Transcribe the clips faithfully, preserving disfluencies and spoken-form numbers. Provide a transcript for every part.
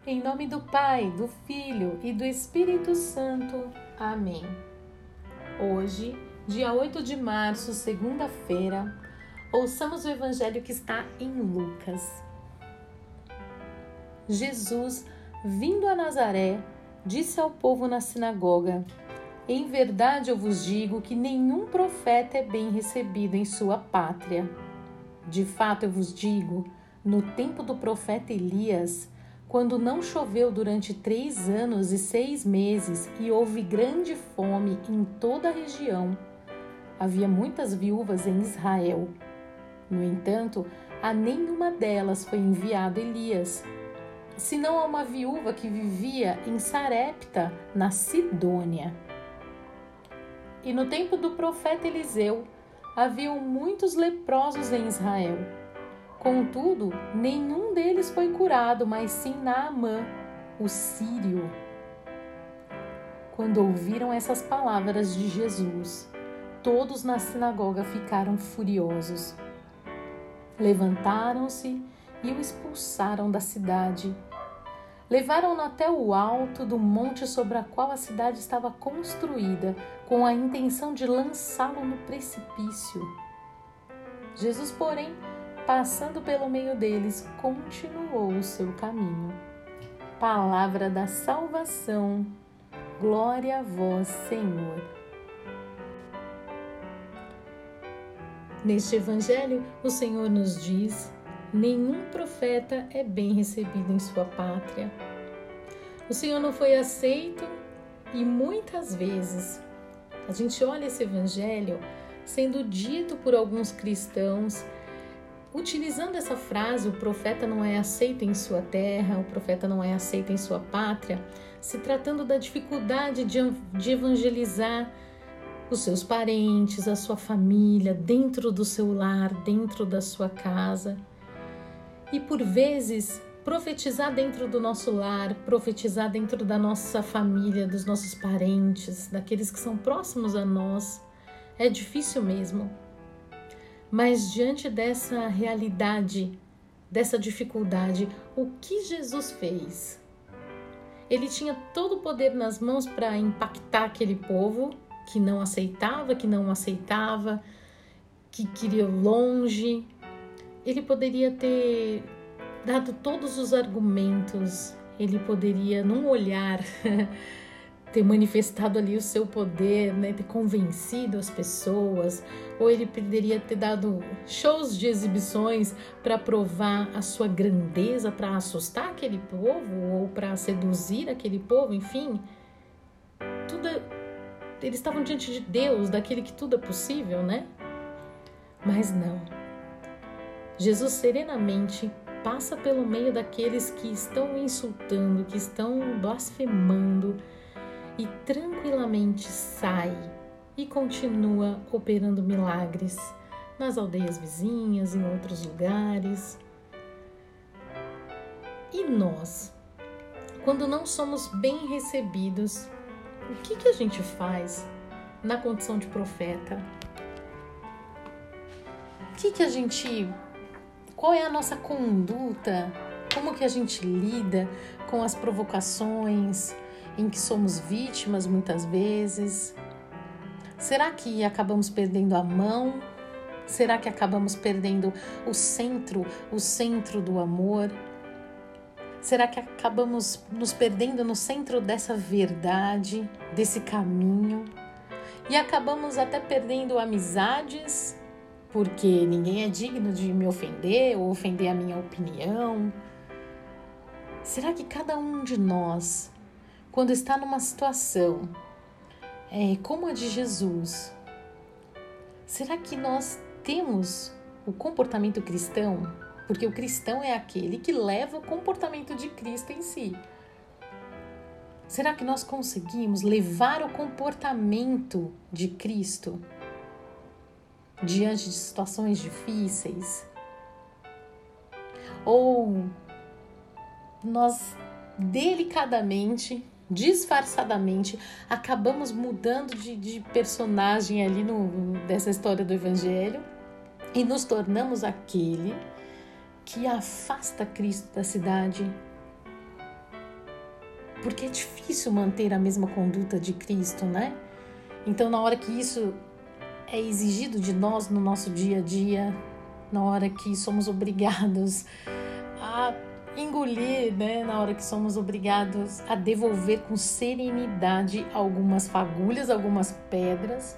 Em nome do Pai, do Filho e do Espírito Santo. Amém. Hoje, dia oito de março, segunda-feira, ouçamos o Evangelho que está em Lucas. Jesus, vindo a Nazaré, disse ao povo na sinagoga: Em verdade eu vos digo que nenhum profeta é bem recebido em sua pátria. De fato eu vos digo, no tempo do profeta Elias, quando não choveu durante três anos e seis meses e houve grande fome em toda a região, havia muitas viúvas em Israel. No entanto, a nenhuma delas foi enviado Elias, senão a uma viúva que vivia em Sarepta, na Sidônia. E no tempo do profeta Eliseu, haviam muitos leprosos em Israel. Contudo, nenhum deles foi curado, mas sim Naamã, o sírio. Quando ouviram essas palavras de Jesus, todos na sinagoga ficaram furiosos. Levantaram-se e o expulsaram da cidade. Levaram-no até o alto do monte sobre a qual a cidade estava construída, com a intenção de lançá-lo no precipício. Jesus, porém, passando pelo meio deles, continuou o seu caminho. Palavra da salvação. Glória a vós, Senhor. Neste Evangelho, o Senhor nos diz: nenhum profeta é bem recebido em sua pátria. O Senhor não foi aceito e muitas vezes a gente olha esse Evangelho sendo dito por alguns cristãos, utilizando essa frase, o profeta não é aceito em sua terra, o profeta não é aceito em sua pátria, se tratando da dificuldade de, de evangelizar os seus parentes, a sua família, dentro do seu lar, dentro da sua casa. E por vezes, profetizar dentro do nosso lar, profetizar dentro da nossa família, dos nossos parentes, daqueles que são próximos a nós, é difícil mesmo. Mas diante dessa realidade, dessa dificuldade, o que Jesus fez? Ele tinha todo o poder nas mãos para impactar aquele povo que não aceitava, que não aceitava, que queria longe. Ele poderia ter dado todos os argumentos, ele poderia, num olhar, ter manifestado ali o seu poder, né, ter convencido as pessoas, ou ele poderia ter dado shows de exibições para provar a sua grandeza, para assustar aquele povo, ou para seduzir aquele povo, enfim. Tudo é, eles estavam diante de Deus, daquele que tudo é possível, né? Mas não. Jesus serenamente passa pelo meio daqueles que estão insultando, que estão blasfemando, e tranquilamente sai e continua operando milagres nas aldeias vizinhas, em outros lugares. E nós, quando não somos bem recebidos, o que, que a gente faz na condição de profeta? O que, que a gente... Qual é a nossa conduta? Como que a gente lida com as provocações em que somos vítimas muitas vezes? Será que acabamos perdendo a mão? Será que acabamos perdendo o centro, o centro do amor? Será que acabamos nos perdendo no centro dessa verdade, desse caminho? E acabamos até perdendo amizades, porque ninguém é digno de me ofender ou ofender a minha opinião? Será que cada um de nós, quando está numa situação é, como a de Jesus, será que nós temos o comportamento cristão? Porque o cristão é aquele que leva o comportamento de Cristo em si. Será que nós conseguimos levar o comportamento de Cristo diante de situações difíceis? Ou nós delicadamente, disfarçadamente, acabamos mudando de, de personagem ali no, dessa história do Evangelho e nos tornamos aquele que afasta Cristo da cidade, porque é difícil manter a mesma conduta de Cristo, né? Então, na hora que isso é exigido de nós no nosso dia a dia, na hora que somos obrigados a engolir, né? Na hora que somos obrigados a devolver com serenidade algumas fagulhas, algumas pedras,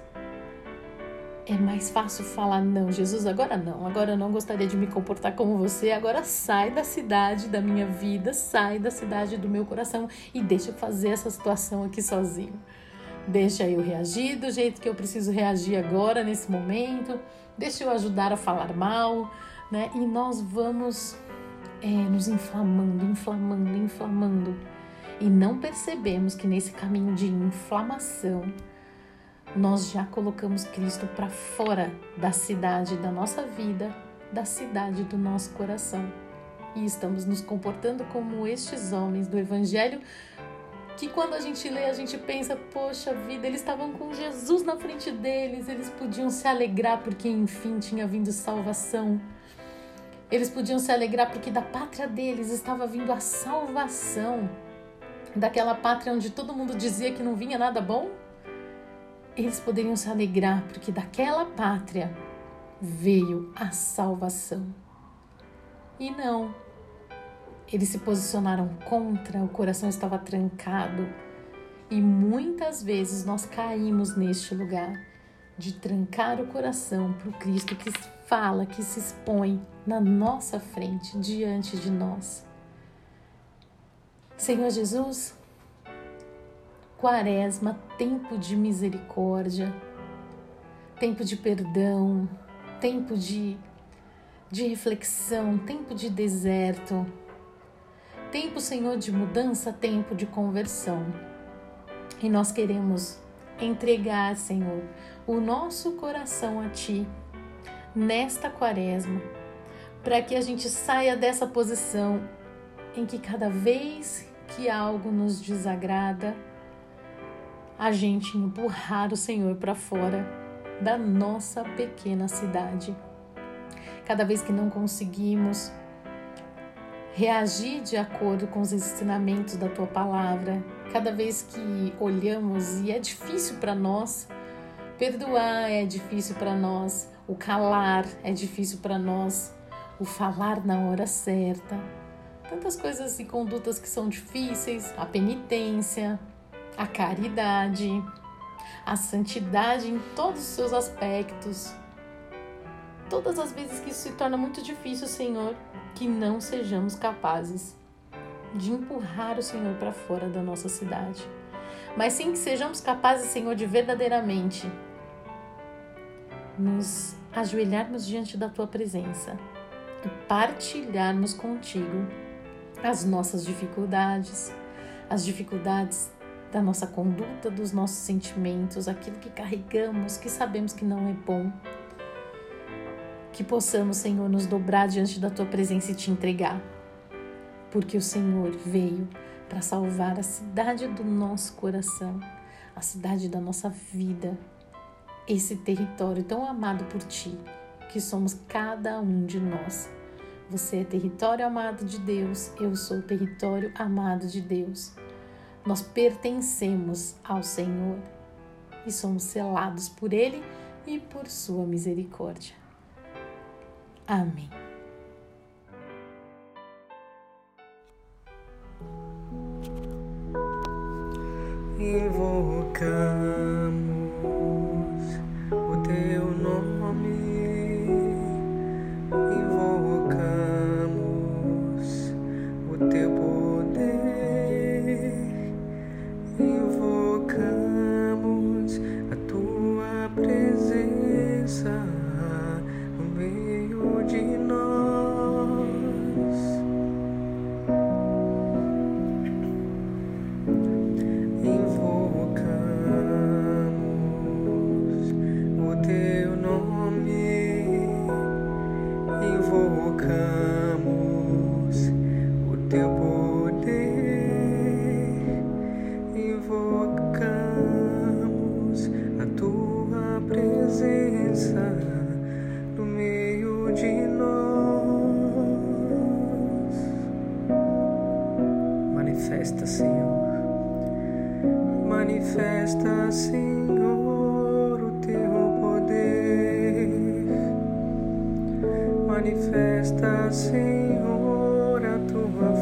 é mais fácil falar: não, Jesus, agora não, agora eu não gostaria de me comportar como você, agora sai da cidade da minha vida, sai da cidade do meu coração e deixa eu fazer essa situação aqui sozinho. Deixa eu reagir do jeito que eu preciso reagir agora, nesse momento, deixa eu ajudar a falar mal, né? E nós vamos é, nos inflamando, inflamando, inflamando, e não percebemos que nesse caminho de inflamação nós já colocamos Cristo para fora da cidade da nossa vida, da cidade do nosso coração. E estamos nos comportando como estes homens do Evangelho, que quando a gente lê, a gente pensa: poxa vida, eles estavam com Jesus na frente deles, eles podiam se alegrar porque enfim tinha vindo salvação. Eles podiam se alegrar porque da pátria deles estava vindo a salvação. Daquela pátria onde todo mundo dizia que não vinha nada bom, eles poderiam se alegrar porque daquela pátria veio a salvação. E não, eles se posicionaram contra, o coração estava trancado. E muitas vezes nós caímos neste lugar de trancar o coração para o Cristo que fala, que se expõe na nossa frente, diante de nós. Senhor Jesus, Quaresma, tempo de misericórdia, tempo de perdão, tempo de, de reflexão, tempo de deserto, tempo, Senhor, de mudança, tempo de conversão. E nós queremos entregar, Senhor, o nosso coração a Ti nesta Quaresma, para que a gente saia dessa posição em que cada vez que algo nos desagrada, a gente empurrar o Senhor para fora da nossa pequena cidade. Cada vez que não conseguimos reagir de acordo com os ensinamentos da Tua Palavra, cada vez que olhamos e é difícil para nós, perdoar é difícil para nós, o calar é difícil para nós, o falar na hora certa, tantas coisas e condutas que são difíceis, a penitência, a caridade, a santidade em todos os seus aspectos. Todas as vezes que isso se torna muito difícil, Senhor, que não sejamos capazes de empurrar o Senhor para fora da nossa cidade, mas sim que sejamos capazes, Senhor, de verdadeiramente nos ajoelharmos diante da Tua presença e partilharmos contigo as nossas dificuldades, as dificuldades da nossa conduta, dos nossos sentimentos, aquilo que carregamos, que sabemos que não é bom. Que possamos, Senhor, nos dobrar diante da Tua presença e Te entregar, porque o Senhor veio para salvar a cidade do nosso coração, a cidade da nossa vida, esse território tão amado por Ti, que somos cada um de nós. Você é território amado de Deus, eu sou território amado de Deus. Nós pertencemos ao Senhor e somos selados por Ele e por Sua misericórdia. Amém. Invocamos o Teu nome, invocamos o Teu poder, invocamos a Tua presença no meio de nós. Invocamos o Teu nome, invocamos o Teu poder, invocamos a Tua presença no meio de nós. Manifesta, Senhor. Manifesta, Senhor, o teu poder. Manifesta, Senhor, a tua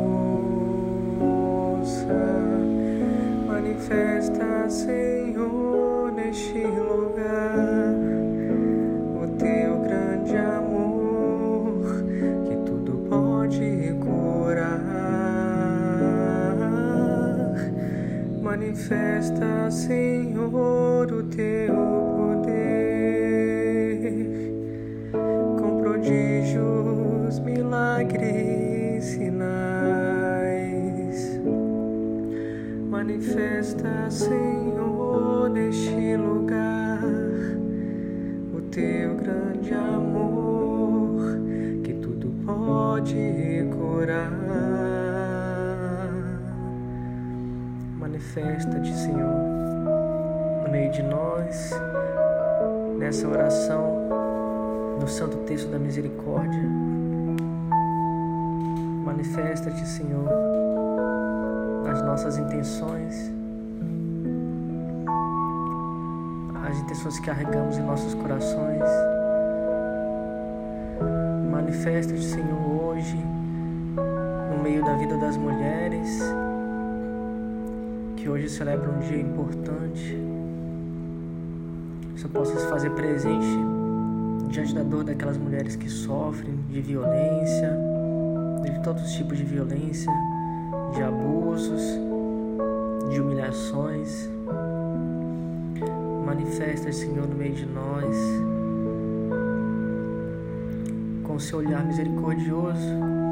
força. Manifesta, Senhor, neste lugar o teu grande amor que tudo pode curar. Manifesta, Senhor, o teu poder com prodígios, milagres, sinais. Manifesta, Senhor, neste lugar o teu grande amor que tudo pode curar. Manifesta-te, Senhor, no meio de nós, nessa oração do Santo Texto da Misericórdia. Manifesta-te, Senhor, nas nossas intenções, as intenções que carregamos em nossos corações. Manifesta-te, Senhor, hoje, no meio da vida das mulheres, que hoje celebra um dia importante. Só possa se fazer presente diante da dor daquelas mulheres que sofrem de violência, de todos os tipos de violência, de abusos, de humilhações. Manifesta, Senhor, no meio de nós, com o seu olhar misericordioso,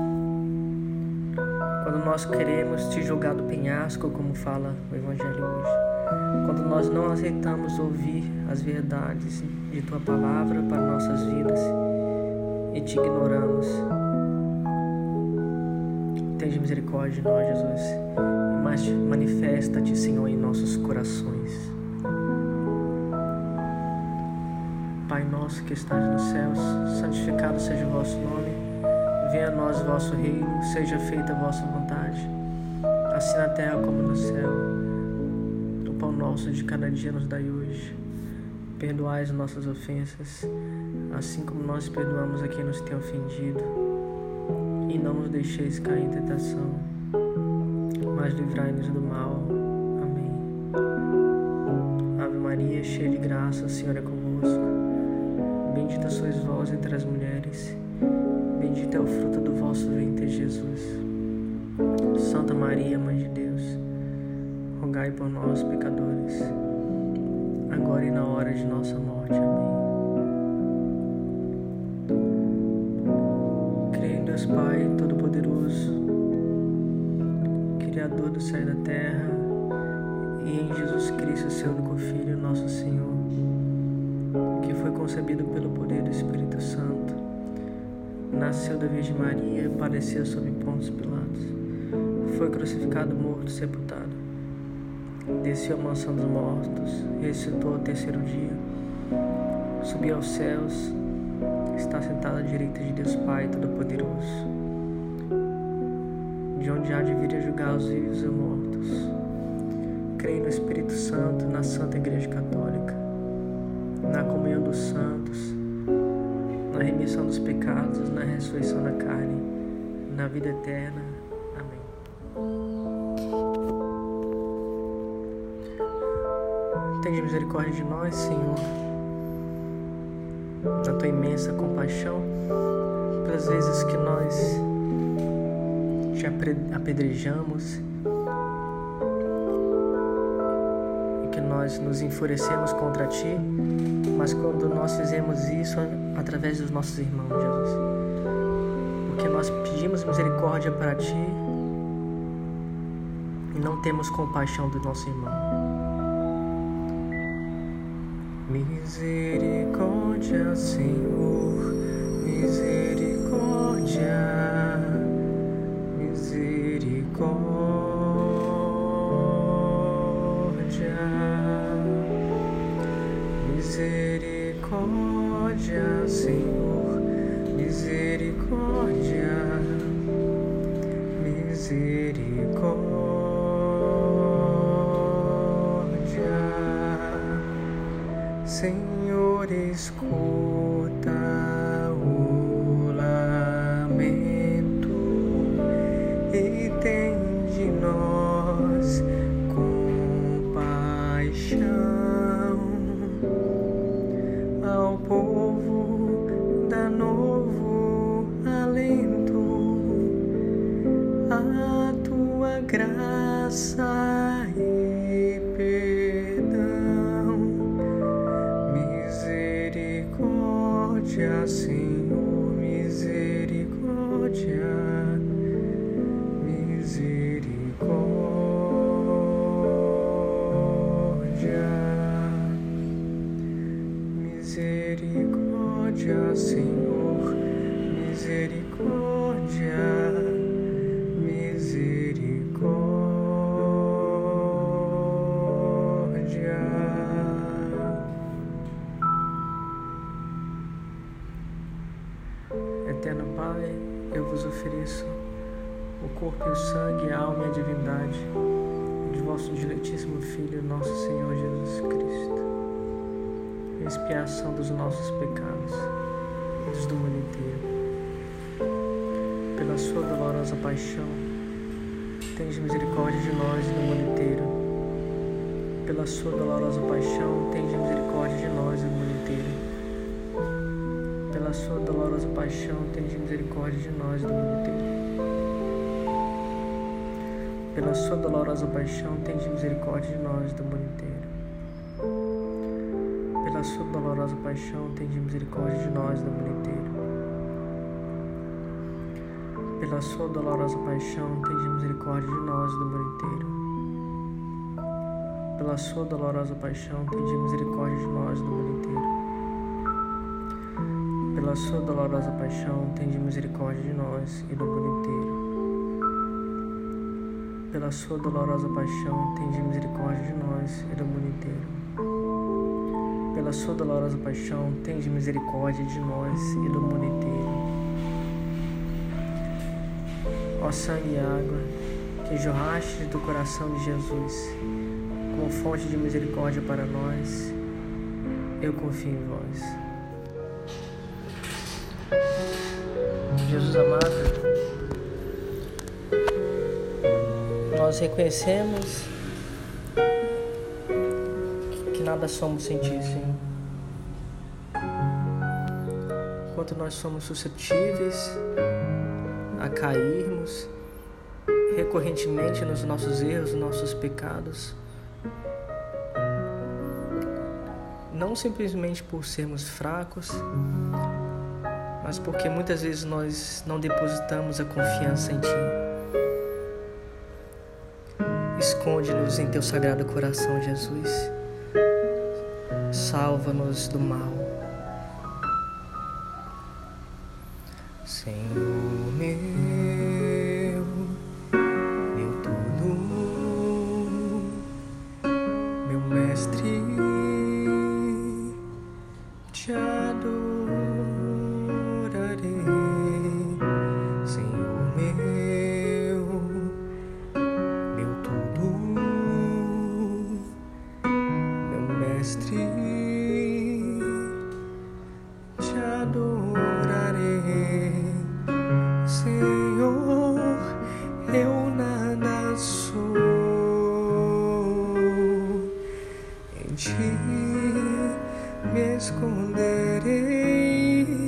quando nós queremos te jogar do penhasco, como fala o Evangelho hoje, quando nós não aceitamos ouvir as verdades de tua palavra para nossas vidas e te ignoramos. Tenha misericórdia de nós, Jesus, mas manifesta-te, Senhor, em nossos corações. Pai nosso que estás nos céus, santificado seja o vosso nome. Venha a nós o vosso reino, seja feita a vossa vontade, assim na terra como no céu. O pão nosso de cada dia nos dai hoje. Perdoai as nossas ofensas, assim como nós perdoamos a quem nos tem ofendido. E não nos deixeis cair em tentação, mas livrai-nos do mal. Amém. Ave Maria, cheia de graça, o Senhor é convosco. Bendita sois vós entre as mulheres, bendito é o fruto do vosso ventre, Jesus. Santa Maria, Mãe de Deus, rogai por nós, pecadores, agora e na hora de nossa morte. Amém. Creio em Deus Pai Todo-Poderoso, Criador do céu e da terra, e em Jesus Cristo, seu único Filho, nosso Senhor, que foi concebido pelo poder do Espírito Santo, nasceu da Virgem Maria, padeceu sob Pôncio Pilatos, foi crucificado, morto, sepultado, desceu à mansão dos mortos, ressuscitou ao terceiro dia, subiu aos céus, está sentado à direita de Deus Pai Todo-Poderoso, de onde há de vir a julgar os vivos e os mortos. Creio no Espírito Santo, na Santa Igreja Católica, na comunhão dos santos, na remissão dos pecados, na ressurreição da carne, na vida eterna. Amém. Tende misericórdia de nós, Senhor, na tua imensa compaixão, pelas vezes que nós te apedrejamos e que nós nos enfurecemos contra ti, mas quando nós fizemos isso através dos nossos irmãos, Jesus, porque nós pedimos misericórdia para ti e não temos compaixão do nosso irmão. Misericórdia, Senhor, misericórdia, misericórdia, misericórdia, Senhor, misericórdia, misericórdia. Senhor, escuta o lamento e tem de nós compaixão. Ao povo dá novo alento, a tua graça e perdão. Misericórdia, Senhor, misericórdia, misericórdia, misericórdia, Senhor, misericórdia, misericórdia. Eterno Pai, eu vos ofereço o corpo e o sangue, a alma e a divindade de vosso diletíssimo Filho, nosso Senhor Jesus Cristo, em expiação dos nossos pecados e dos do mundo inteiro. Pela sua dolorosa paixão, tende misericórdia de nós e do mundo inteiro. Pela sua dolorosa paixão, tende misericórdia de nós e do mundo inteiro. Pela sua dolorosa paixão, tende misericórdia de nós e do mundo inteiro. Pela sua dolorosa paixão, tende misericórdia de nós e do mundo inteiro. Pela sua dolorosa paixão, tende misericórdia de nós e do mundo inteiro. Pela sua dolorosa paixão, tende misericórdia de nós e do mundo inteiro. Pela sua dolorosa paixão, tende misericórdia de nós e do mundo inteiro. Pela sua dolorosa paixão, tende misericórdia de nós e do mundo inteiro. Pela sua dolorosa paixão, tende misericórdia de nós e do mundo inteiro. Pela sua dolorosa paixão, tende misericórdia de nós e do mundo inteiro. Ó sangue e água, que jorraste do coração de Jesus, como fonte de misericórdia para nós, eu confio em vós. Jesus amado, nós reconhecemos que nada somos sem ti, Senhor. Quanto nós somos suscetíveis a cairmos recorrentemente nos nossos erros, nos nossos pecados, não simplesmente por sermos fracos, mas porque muitas vezes nós não depositamos a confiança em Ti. Esconde-nos em Teu sagrado coração, Jesus. Salva-nos do mal. Senhor meu, meu tudo, meu mestre, te adorarei. Senhor meu, meu tudo, meu mestre, te adorarei. Senhor, eu nada sou, em Ti me esconderei.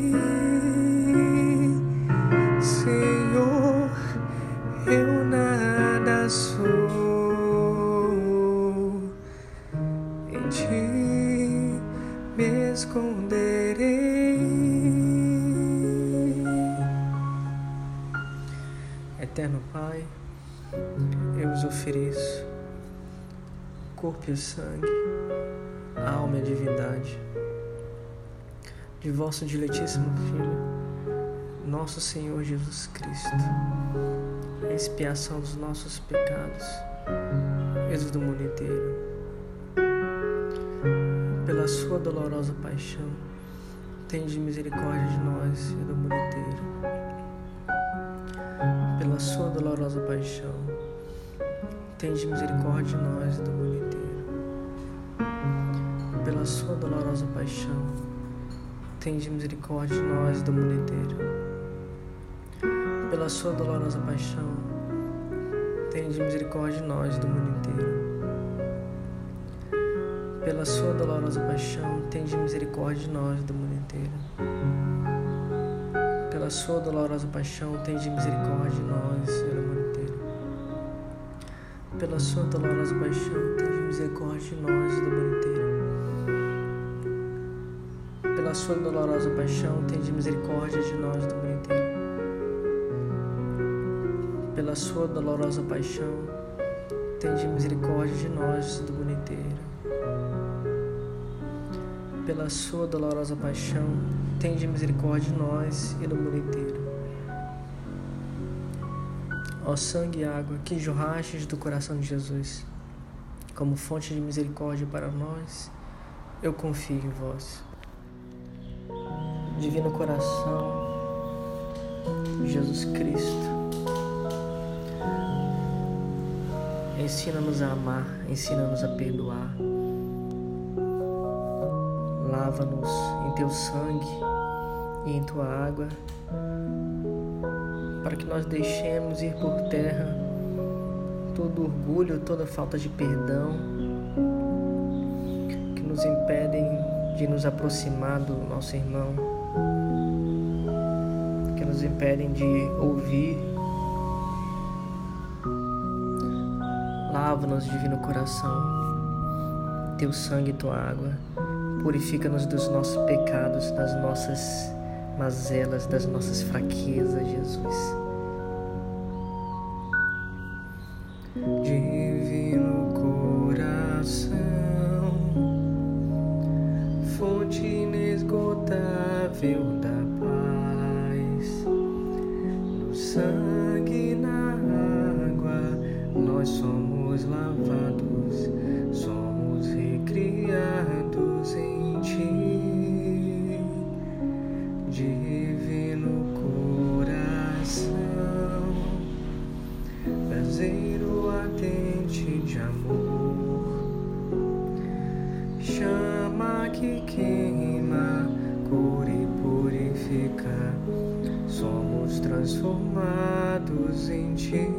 Senhor, eu nada sou, em Ti me esconderei. Eterno Pai, eu vos ofereço o corpo e o sangue, a alma e a divindade de vosso diletíssimo Filho, nosso Senhor Jesus Cristo, em expiação dos nossos pecados e dos do mundo inteiro. Pela sua dolorosa paixão, tende misericórdia de nós e do mundo inteiro. Pela sua dolorosa paixão, tende misericórdia de nós e do mundo inteiro. pela sua dolorosa paixão, tende misericórdia de nós e do mundo inteiro. Pela sua dolorosa paixão, tende misericórdia de nós e do mundo inteiro. Pela sua dolorosa paixão, tende misericórdia de nós e do mundo inteiro. Pela sua dolorosa paixão, tende misericórdia de nós e do mundo inteiro. Pela sua dolorosa paixão, tende misericórdia de nós e do mundo inteiro. Pela sua dolorosa paixão, tende misericórdia de nós e do mundo inteiro. Pela sua dolorosa paixão, tende misericórdia de nós e do mundo inteiro. Pela sua dolorosa paixão, tende misericórdia de nós e do mundo inteiro. Ó sangue e água que jorrastes do coração de Jesus, como fonte de misericórdia para nós, eu confio em vós. Divino coração de Jesus Cristo, ensina-nos a amar, ensina-nos a perdoar. Lava-nos em teu sangue e em tua água, para que nós deixemos ir por terra todo orgulho, toda falta de perdão que nos impedem de nos aproximar do nosso irmão, que nos impedem de ouvir. Lava-nos, divino coração, teu sangue e tua água. Purifica-nos dos nossos pecados, das nossas mazelas, das nossas fraquezas, Jesus. Divino coração, fonte inesgotável da paz, no sangue e na água nós somos lavados, somos recriados em ti. Divino coração, braseiro ardente de amor, chama que queima, cura e purifica, somos transformados em ti.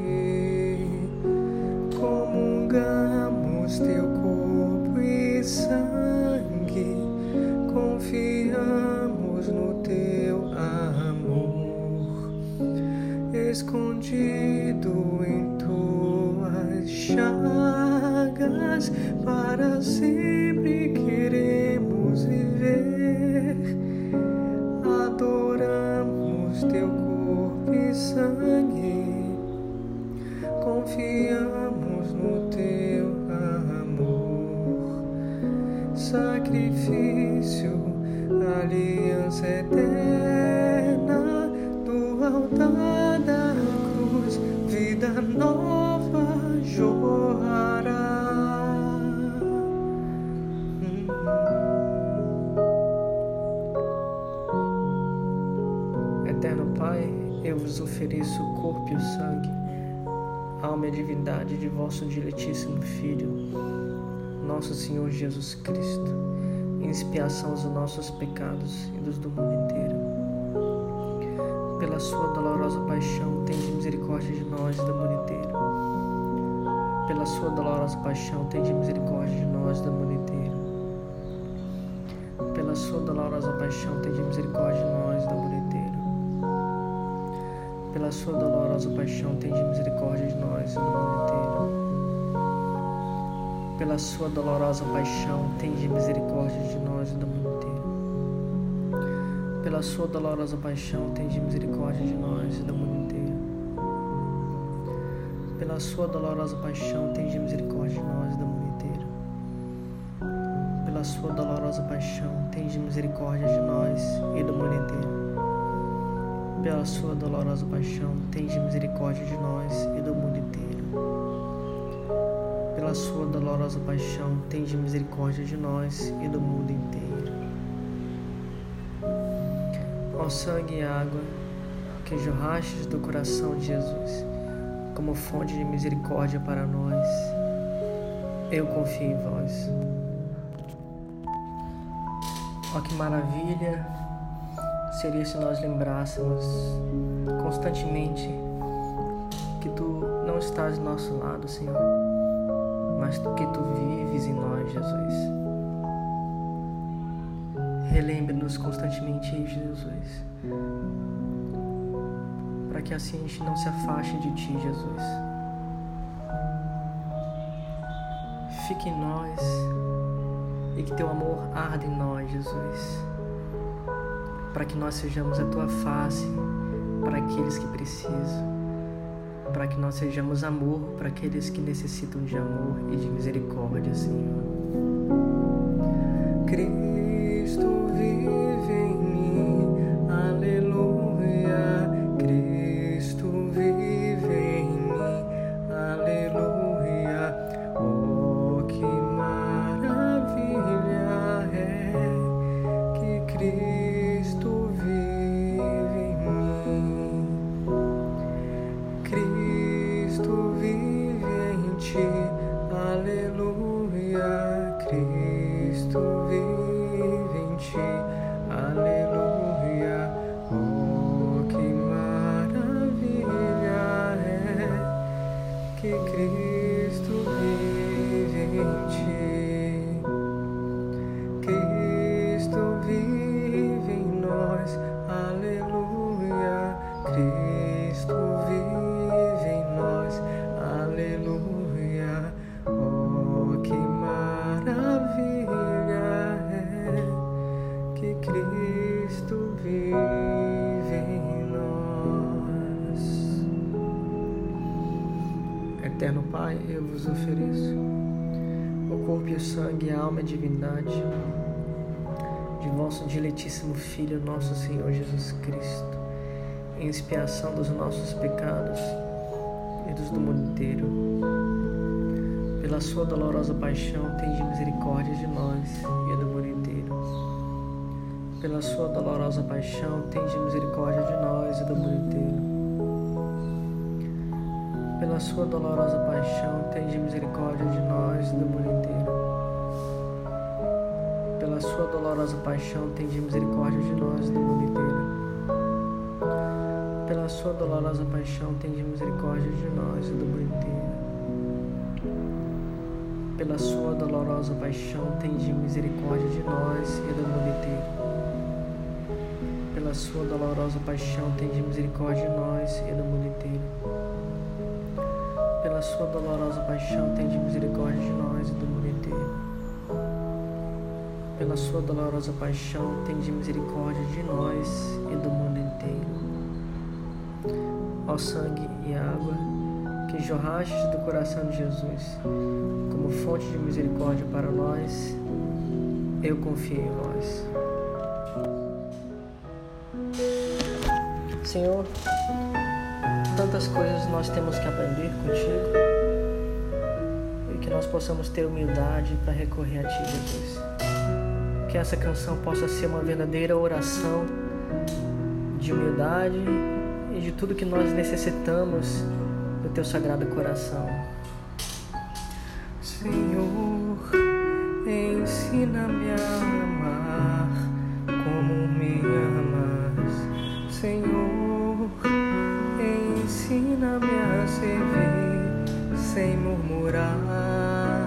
Comungamos teu corpo e sangue, confiamos no teu amor, escondido em tuas chagas, para sempre queremos viver. Adoramos teu corpo e sangue, confiamos no teu amor, sacrifício, aliança eterna, do altar da cruz, vida nova jorrará. Hum. Eterno Pai, eu vos ofereço o corpo e o sangue, alma e divindade de vosso diletíssimo Filho, nosso Senhor Jesus Cristo, em expiação dos nossos pecados e dos do mundo inteiro. Pela sua dolorosa paixão, tende misericórdia de nós e do mundo inteiro. Pela sua dolorosa paixão, tende misericórdia de nós e do mundo inteiro. Pela sua dolorosa paixão, tende misericórdia de nós e do mundo inteiro. Pela sua dolorosa paixão, tende misericórdia de nós e do mundo inteiro. Pela sua dolorosa paixão, tende misericórdia de nós e do mundo inteiro. Pela sua dolorosa paixão, tende misericórdia de nós e do mundo inteiro. Pela sua dolorosa paixão, tende misericórdia de nós e do mundo inteiro. Pela sua dolorosa paixão, tende misericórdia de nós e do mundo inteiro. Pela sua dolorosa paixão, tende misericórdia de nós e do mundo inteiro. Pela sua dolorosa paixão, tende misericórdia de nós e do mundo inteiro. Ó sangue e água que jorrastes do coração de Jesus, como fonte de misericórdia para nós, eu confio em vós. Ó, que maravilha seria se nós lembrássemos constantemente que Tu não estás do nosso lado, Senhor, mas que Tu vives em nós, Jesus. Relembre-nos constantemente, Jesus, para que assim a gente não se afaste de Ti, Jesus. Fique em nós e que Teu amor arde em nós, Jesus, para que nós sejamos a Tua face para aqueles que precisam, para que nós sejamos amor para aqueles que necessitam de amor e de misericórdia, Senhor. Cristo vive em mim, aleluia. Cristo vive em mim, aleluia. Oh, que maravilha é que Cristo vive em mim. Cristo vive em ti, aleluia. Cristo vive em ti, aleluia. Oh, que maravilha é que Cristo vive em ti. Cristo vive em nós, aleluia. Cristo vive em nós, aleluia. Oh, que maravilha é que Cristo vive em nós. Eterno Pai, eu vos ofereço o corpo e o sangue, a alma e a divindade de vosso diletíssimo Filho, nosso Senhor Jesus Cristo, em expiação dos nossos pecados e dos do mundo inteiro. Pela sua dolorosa paixão, tende misericórdia de nós e do mundo inteiro. Pela sua dolorosa paixão, tende misericórdia de nós e do mundo inteiro. Pela sua dolorosa paixão, tende misericórdia de nós e do mundo inteiro. Pela sua dolorosa paixão, tende misericórdia de nós e do mundo inteiro. Pela sua dolorosa paixão, tende misericórdia de nós e do mundo inteiro. Pela sua dolorosa paixão, tende misericórdia de nós e do mundo inteiro. Pela sua dolorosa paixão, tende misericórdia de nós e do mundo inteiro. Pela sua dolorosa paixão, tende misericórdia de nós e do mundo inteiro. Pela sua dolorosa paixão, tende misericórdia de nós e do mundo inteiro. Ó sangue e água que jorrastes do coração de Jesus como fonte de misericórdia para nós, eu confio em vós. Senhor, tantas coisas nós temos que aprender contigo e que nós possamos ter humildade para recorrer a Ti, Jesus. Que essa canção possa ser uma verdadeira oração de humildade e de tudo que nós necessitamos do Teu Sagrado Coração. Senhor, ensina-me a amar como me amas. Senhor, ensina-me a servir sem murmurar.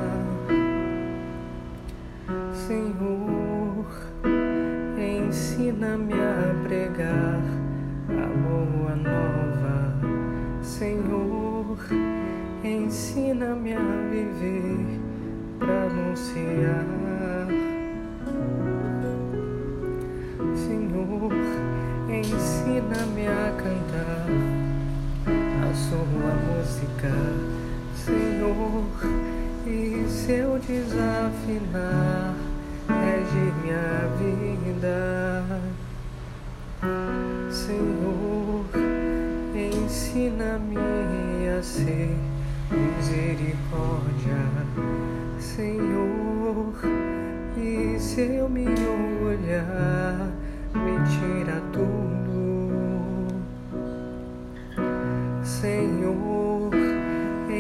Senhor, ensina-me a pregar a boa nova. Senhor, ensina-me a viver pra anunciar. Senhor, ensina-me a cantar a sua música. Senhor, e se eu desafinar, rege minha vida. Senhor, ensina-me a ser misericórdia. Senhor, e se eu me orgulhar, me tira tudo. Senhor,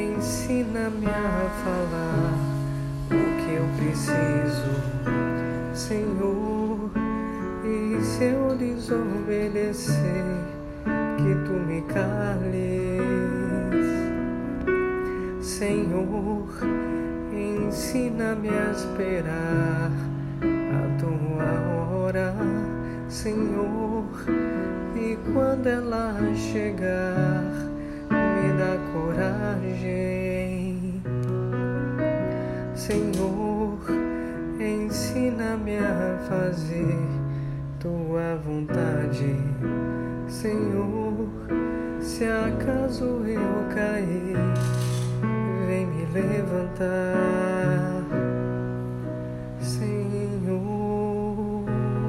ensina-me a falar o que eu preciso. Senhor, e se eu desobedecer, que tu me cales. Senhor, ensina-me a esperar a tua hora, Senhor, e quando ela chegar, me dá coragem. Senhor, ensina-me a fazer tua vontade. Senhor, se acaso eu cair, vem me levantar. Senhor,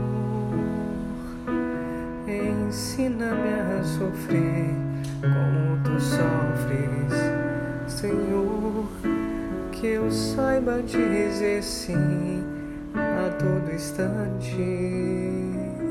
ensina-me a sofrer como tu sofres. Senhor, que eu saiba dizer sim a todo instante.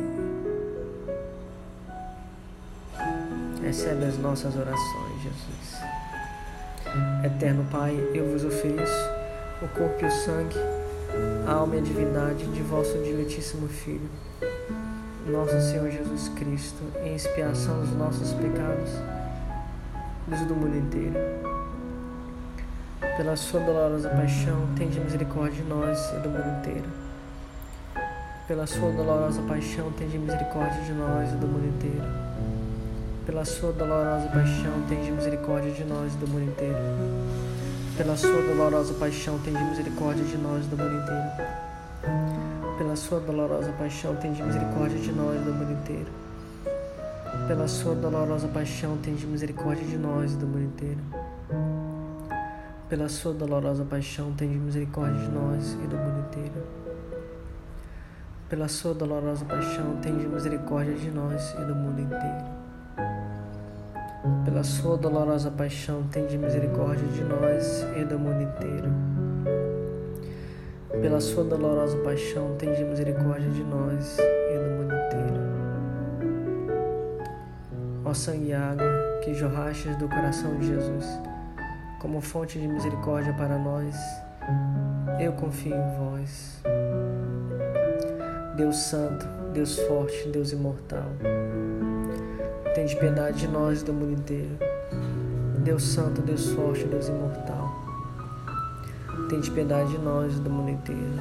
Recebe as nossas orações, Jesus. Eterno Pai, eu vos ofereço o corpo e o sangue, a alma e a divindade de vosso diletíssimo Filho, nosso Senhor Jesus Cristo, em expiação dos nossos pecados, dos do mundo inteiro. Pela sua dolorosa paixão, tende misericórdia de nós e do mundo inteiro. Pela sua dolorosa paixão, tende misericórdia de nós e do mundo inteiro. Pela sua dolorosa paixão, tende misericórdia de nós e do mundo inteiro. Pela sua dolorosa paixão, tende misericórdia de nós e do mundo inteiro. Pela sua dolorosa paixão, tende misericórdia de nós e do mundo inteiro. Pela sua dolorosa paixão, tende misericórdia de nós e do mundo inteiro. Pela sua dolorosa paixão, tende misericórdia de nós e do mundo inteiro. Pela sua dolorosa paixão, tende misericórdia de nós e do mundo inteiro. Pela sua dolorosa paixão, tende misericórdia de nós e do mundo inteiro. Pela sua dolorosa paixão, tende misericórdia de nós e do mundo inteiro. Ó sangue e água que jorrastes do coração de Jesus, como fonte de misericórdia para nós, eu confio em vós. Deus Santo, Deus Forte, Deus Imortal, tende piedade de nós e do mundo inteiro. Deus Santo, Deus Forte, Deus Imortal, tende piedade de nós e do mundo inteiro.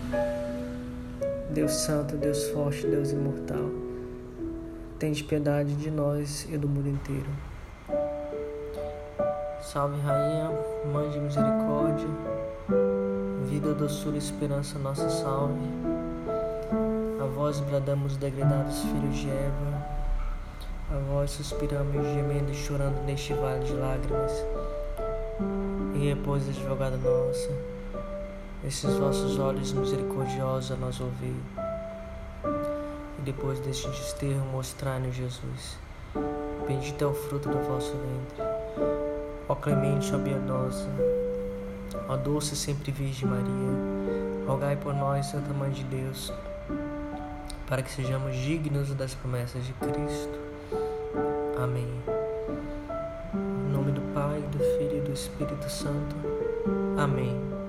Deus Santo, Deus Forte, Deus Imortal, tende piedade de nós e do mundo inteiro. Salve Rainha, Mãe de Misericórdia, vida, doçura e esperança, nossa salve. A vós bradamos, degredados filhos de Eva, a vós suspiramos, gemendo e chorando neste vale de lágrimas. E repouso, advogada nossa, esses vossos olhos misericordiosos a nós ouvir. E depois deste desterro, mostrai-nos Jesus. Bendito é o fruto do vosso ventre. Ó clemente, ó piedosa, ó doce sempre Virgem Maria, rogai por nós, Santa Mãe de Deus, para que sejamos dignos das promessas de Cristo. Amém. Em nome do Pai, do Filho e do Espírito Santo. Amém.